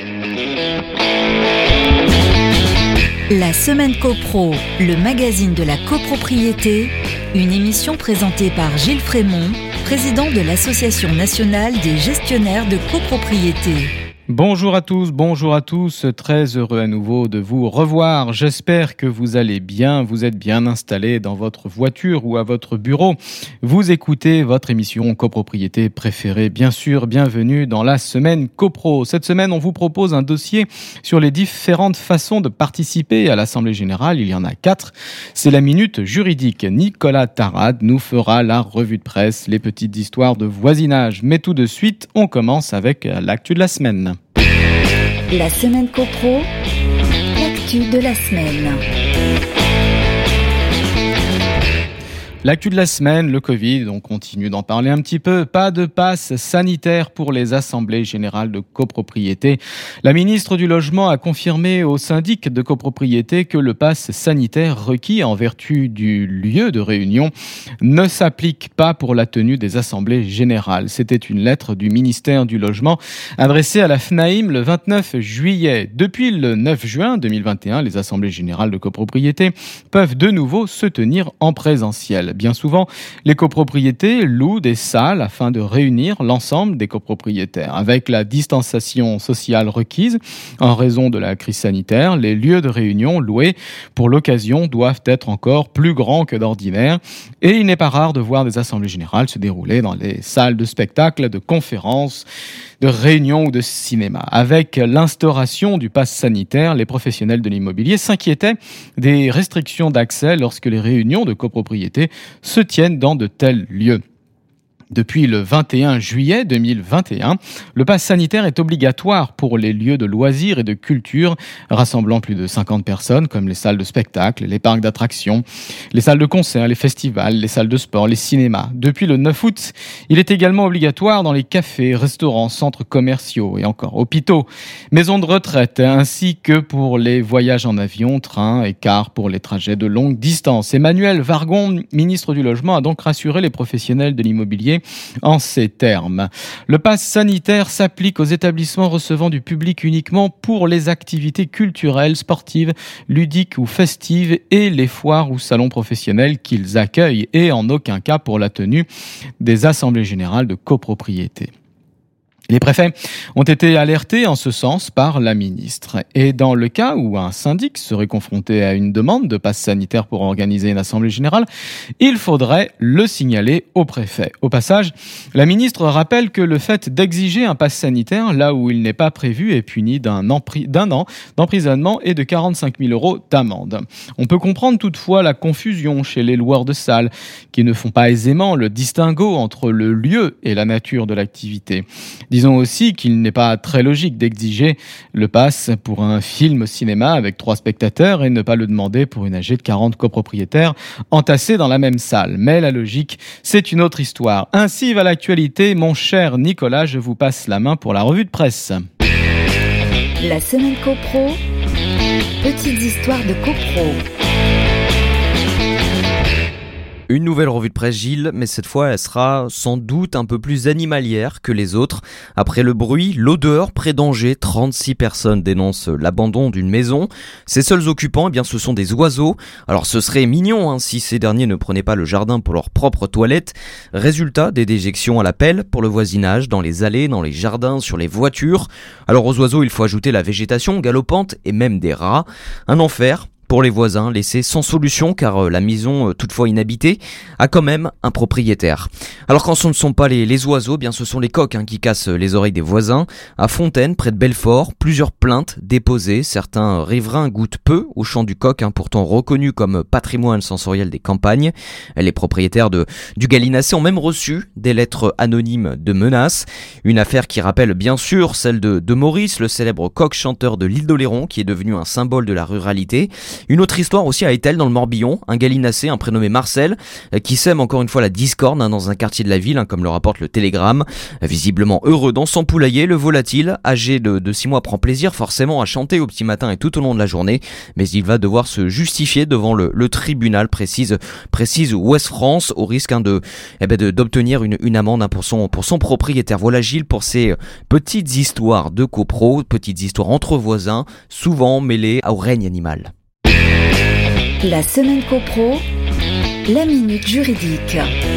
La Semaine CoPro, le magazine de la copropriété, une émission présentée par Gilles Frémont, président de l'Association nationale des gestionnaires de copropriété. Bonjour à tous, très heureux à nouveau de vous revoir. J'espère que vous allez bien, vous êtes bien installés dans votre voiture ou à votre bureau. Vous écoutez votre émission copropriété préférée, bien sûr, bienvenue dans la Semaine CoPro. Cette semaine, on vous propose un dossier sur les différentes façons de participer à l'Assemblée Générale. Il y en a 4. C'est la minute juridique. Nicolas Tarade nous fera la revue de presse, les petites histoires de voisinage. Mais tout de suite, on commence avec l'actu de la semaine. La Semaine CoPro, l'actu de la semaine. L'actu de la semaine, le Covid, on continue d'en parler un petit peu. Pas de passe sanitaire pour les assemblées générales de copropriété. La ministre du Logement a confirmé au syndic de copropriété que le passe sanitaire requis en vertu du lieu de réunion ne s'applique pas pour la tenue des assemblées générales. C'était une lettre du ministère du Logement adressée à la FNAIM le 29 juillet. Depuis le 9 juin 2021, les assemblées générales de copropriété peuvent de nouveau se tenir en présentiel. Bien souvent, les copropriétés louent des salles afin de réunir l'ensemble des copropriétaires. Avec la distanciation sociale requise en raison de la crise sanitaire, les lieux de réunion loués pour l'occasion doivent être encore plus grands que d'ordinaire. Et il n'est pas rare de voir des assemblées générales se dérouler dans les salles de spectacle, de conférences, de réunions ou de cinéma. Avec l'instauration du pass sanitaire, les professionnels de l'immobilier s'inquiétaient des restrictions d'accès lorsque les réunions de copropriété se tiennent dans de tels lieux. Depuis le 21 juillet 2021, le pass sanitaire est obligatoire pour les lieux de loisirs et de culture rassemblant plus de 50 personnes comme les salles de spectacle, les parcs d'attractions, les salles de concert, les festivals, les salles de sport, les cinémas. Depuis le 9 août, il est également obligatoire dans les cafés, restaurants, centres commerciaux et encore hôpitaux, maisons de retraite ainsi que pour les voyages en avion, train et car pour les trajets de longue distance. Emmanuel Vargon, ministre du Logement, a donc rassuré les professionnels de l'immobilier en ces termes. Le pass sanitaire s'applique aux établissements recevant du public uniquement pour les activités culturelles, sportives, ludiques ou festives et les foires ou salons professionnels qu'ils accueillent et en aucun cas pour la tenue des assemblées générales de copropriété. Les préfets ont été alertés en ce sens par la ministre. Et dans le cas où un syndic serait confronté à une demande de passe sanitaire pour organiser une assemblée générale, il faudrait le signaler au préfet. Au passage, la ministre rappelle que le fait d'exiger un passe sanitaire là où il n'est pas prévu est puni d'un an d'emprisonnement et de 45 000 € d'amende. On peut comprendre toutefois la confusion chez les loueurs de salles qui ne font pas aisément le distinguo entre le lieu et la nature de l'activité. Disons aussi qu'il n'est pas très logique d'exiger le pass pour un film au cinéma avec 3 spectateurs et ne pas le demander pour une AG de 40 copropriétaires entassés dans la même salle. Mais la logique, c'est une autre histoire. Ainsi va l'actualité. Mon cher Nicolas, je vous passe la main pour la revue de presse. La Semaine CoPro, petites histoires de copro. Une nouvelle revue de presse, Gilles, mais cette fois elle sera sans doute un peu plus animalière que les autres. Après le bruit, l'odeur, près d'Angers, 36 personnes dénoncent l'abandon d'une maison. Ces seuls occupants, eh bien, ce sont des oiseaux. Alors ce serait mignon si ces derniers ne prenaient pas le jardin pour leur propre toilette. Résultat, des déjections à la pelle pour le voisinage, dans les allées, dans les jardins, sur les voitures. Alors aux oiseaux, il faut ajouter la végétation galopante et même des rats. Un enfer pour les voisins, laissés sans solution car la maison, toutefois inhabitée, a quand même un propriétaire. Alors quand ce ne sont pas les oiseaux, bien ce sont les coqs qui cassent les oreilles des voisins. À Fontaine, près de Belfort, plusieurs plaintes déposées. Certains riverains goûtent peu au chant du coq, pourtant reconnu comme patrimoine sensoriel des campagnes. Les propriétaires du Gallinacé ont même reçu des lettres anonymes de menaces. Une affaire qui rappelle bien sûr celle de Maurice, le célèbre coq chanteur de l'île d'Oléron, qui est devenu un symbole de la ruralité. Une autre histoire aussi à Étel dans le Morbihan, un gallinacé, un prénommé Marcel, qui sème encore une fois la discorde dans un quartier de la ville, comme le rapporte le Télégramme. Visiblement heureux dans son poulailler, le volatile, âgé de 6 mois, prend plaisir forcément à chanter au petit matin et tout au long de la journée, mais il va devoir se justifier devant le tribunal, précise Ouest France, au risque d'obtenir une amende pour son propriétaire. Voilà Gilles pour ces petites histoires de copro, petites histoires entre voisins, souvent mêlées au règne animal. La semaine copro, la minute juridique.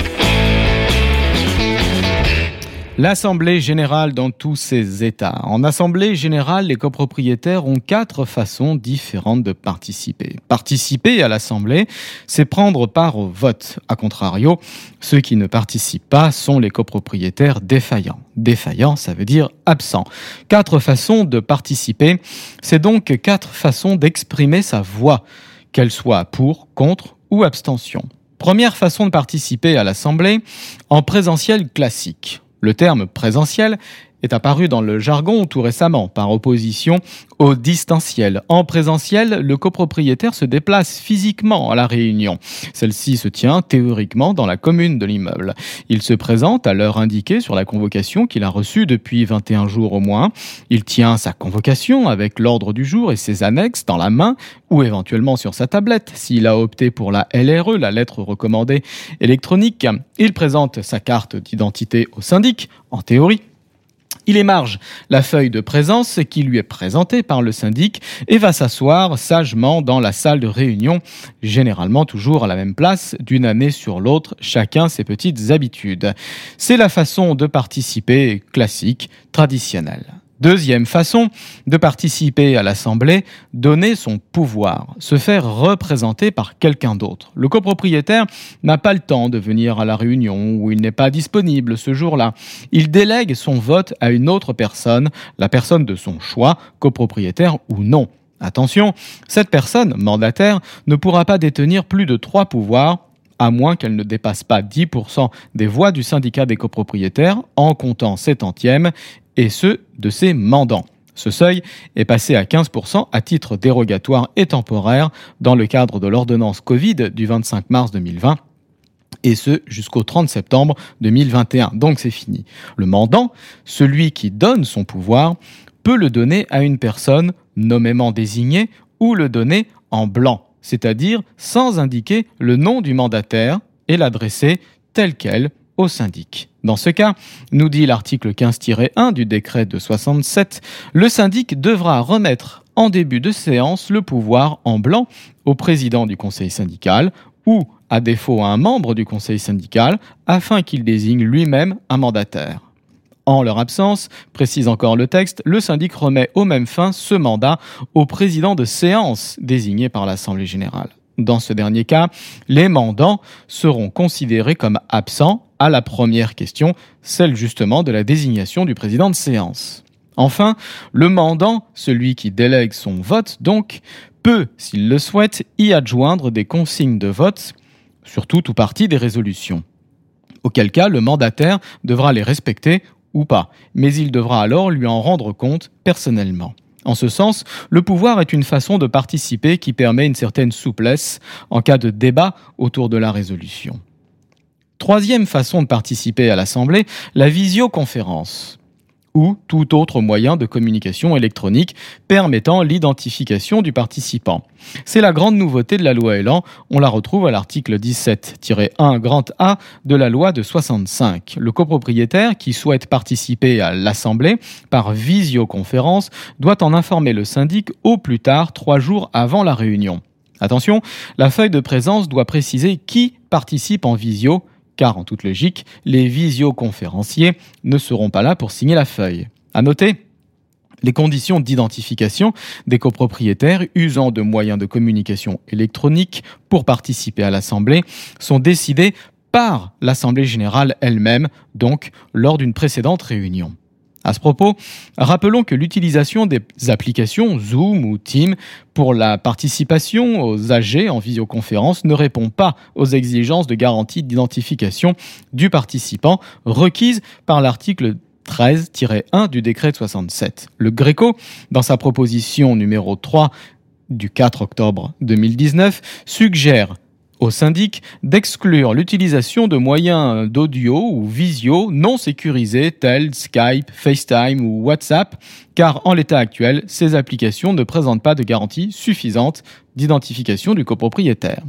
L'Assemblée générale dans tous ses états. En Assemblée générale, les copropriétaires ont 4 façons différentes de participer. Participer à l'Assemblée, c'est prendre part au vote. A contrario, ceux qui ne participent pas sont les copropriétaires défaillants. Défaillant, ça veut dire absent. 4 façons de participer, c'est donc 4 façons d'exprimer sa voix, qu'elle soit pour, contre ou abstention. Première façon de participer à l'Assemblée, en présentiel classique. Le terme présentiel est apparu dans le jargon tout récemment, par opposition au distanciel. En présentiel, le copropriétaire se déplace physiquement à la réunion. Celle-ci se tient théoriquement dans la commune de l'immeuble. Il se présente à l'heure indiquée sur la convocation qu'il a reçue depuis 21 jours au moins. Il tient sa convocation avec l'ordre du jour et ses annexes dans la main ou éventuellement sur sa tablette. S'il a opté pour la LRE, la lettre recommandée électronique, il présente sa carte d'identité au syndic, en théorie. Il émarge la feuille de présence qui lui est présentée par le syndic et va s'asseoir sagement dans la salle de réunion, généralement toujours à la même place, d'une année sur l'autre, chacun ses petites habitudes. C'est la façon de participer classique, traditionnelle. Deuxième façon de participer à l'Assemblée, donner son pouvoir, se faire représenter par quelqu'un d'autre. Le copropriétaire n'a pas le temps de venir à la réunion ou il n'est pas disponible ce jour-là. Il délègue son vote à une autre personne, la personne de son choix, copropriétaire ou non. Attention, cette personne, mandataire, ne pourra pas détenir plus de 3 pouvoirs, à moins qu'elle ne dépasse pas 10% des voix du syndicat des copropriétaires, en comptant ses tantièmes, et ceux de ses mandants. Ce seuil est passé à 15% à titre dérogatoire et temporaire dans le cadre de l'ordonnance Covid du 25 mars 2020 et ce jusqu'au 30 septembre 2021. Donc c'est fini. Le mandant, celui qui donne son pouvoir, peut le donner à une personne nommément désignée ou le donner en blanc, c'est-à-dire sans indiquer le nom du mandataire et l'adresser tel quel au syndic. Dans ce cas, nous dit l'article 15-1 du décret de 67, le syndic devra remettre en début de séance le pouvoir en blanc au président du conseil syndical ou, à défaut, à un membre du conseil syndical afin qu'il désigne lui-même un mandataire. En leur absence, précise encore le texte, le syndic remet aux mêmes fins ce mandat au président de séance désigné par l'Assemblée générale. Dans ce dernier cas, les mandants seront considérés comme absents à la première question, celle justement de la désignation du président de séance. Enfin, le mandant, celui qui délègue son vote donc, peut, s'il le souhaite, y adjoindre des consignes de vote sur tout ou partie des résolutions. Auquel cas, le mandataire devra les respecter ou pas, mais il devra alors lui en rendre compte personnellement. En ce sens, le pouvoir est une façon de participer qui permet une certaine souplesse en cas de débat autour de la résolution. Troisième façon de participer à l'Assemblée, la visioconférence ou tout autre moyen de communication électronique permettant l'identification du participant. C'est la grande nouveauté de la loi Elan, on la retrouve à l'article 17-1 grand A de la loi de 65. Le copropriétaire qui souhaite participer à l'Assemblée par visioconférence doit en informer le syndic au plus tard 3 jours avant la réunion. Attention, la feuille de présence doit préciser qui participe en visio, car en toute logique, les visioconférenciers ne seront pas là pour signer la feuille. À noter, les conditions d'identification des copropriétaires usant de moyens de communication électronique pour participer à l'Assemblée sont décidées par l'Assemblée générale elle-même, donc lors d'une précédente réunion. À ce propos, rappelons que l'utilisation des applications Zoom ou Teams pour la participation aux AG en visioconférence ne répond pas aux exigences de garantie d'identification du participant requises par l'article 13-1 du décret de 67. Le Gréco, dans sa proposition numéro 3, du 4 octobre 2019 suggère au syndic d'exclure l'utilisation de moyens d'audio ou visio non sécurisés tels Skype, FaceTime ou WhatsApp, car en l'état actuel, ces applications ne présentent pas de garantie suffisante d'identification du copropriétaire.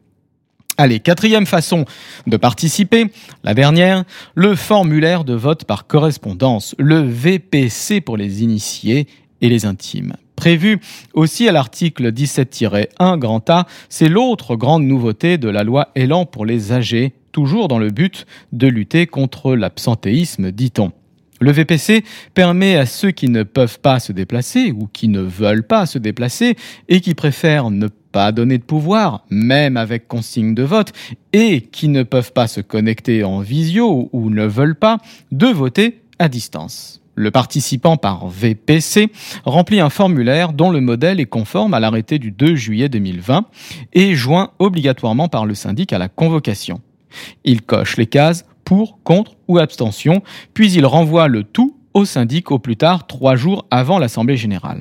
Allez, 4e façon de participer, la dernière, le formulaire de vote par correspondance, le VPC pour les initiés et les intimes. Prévu aussi à l'article 17-1 grand A, c'est l'autre grande nouveauté de la loi Elan pour les âgés, toujours dans le but de lutter contre l'absentéisme, dit-on. Le VPC permet à ceux qui ne peuvent pas se déplacer ou qui ne veulent pas se déplacer et qui préfèrent ne pas donner de pouvoir, même avec consigne de vote, et qui ne peuvent pas se connecter en visio ou ne veulent pas, de voter à distance. Le participant par VPC remplit un formulaire dont le modèle est conforme à l'arrêté du 2 juillet 2020 et joint obligatoirement par le syndic à la convocation. Il coche les cases pour, contre ou abstention, puis il renvoie le tout au syndic au plus tard 3 jours avant l'Assemblée générale.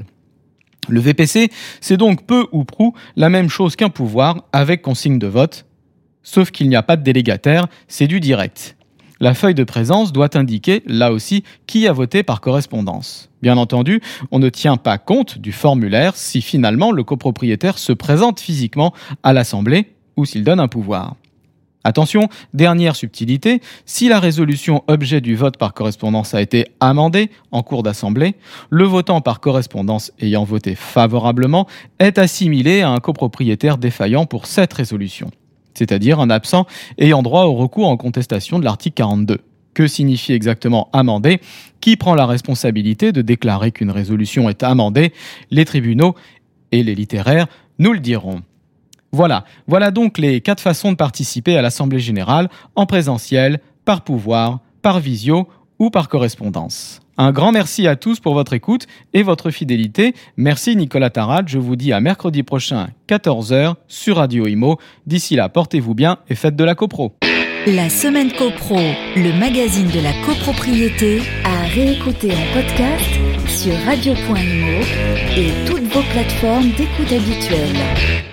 Le VPC, c'est donc peu ou prou la même chose qu'un pouvoir avec consigne de vote, sauf qu'il n'y a pas de délégataire, c'est du direct. La feuille de présence doit indiquer, là aussi, qui a voté par correspondance. Bien entendu, on ne tient pas compte du formulaire si finalement le copropriétaire se présente physiquement à l'Assemblée ou s'il donne un pouvoir. Attention, dernière subtilité, si la résolution objet du vote par correspondance a été amendée en cours d'Assemblée, le votant par correspondance ayant voté favorablement est assimilé à un copropriétaire défaillant pour cette résolution, c'est-à-dire un absent ayant droit au recours en contestation de l'article 42. Que signifie exactement amender ? Qui prend la responsabilité de déclarer qu'une résolution est amendée ? Les tribunaux et les littéraires nous le diront. Voilà donc les 4 façons de participer à l'Assemblée générale en présentiel, par pouvoir, par visio ou par correspondance. Un grand merci à tous pour votre écoute et votre fidélité. Merci Nicolas Tarade, je vous dis à mercredi prochain, 14h, sur Radio Imo. D'ici là, portez-vous bien et faites de la copro. La Semaine Copro, le magazine de la copropriété, à réécouter en podcast sur radio.imo et toutes vos plateformes d'écoute habituelles.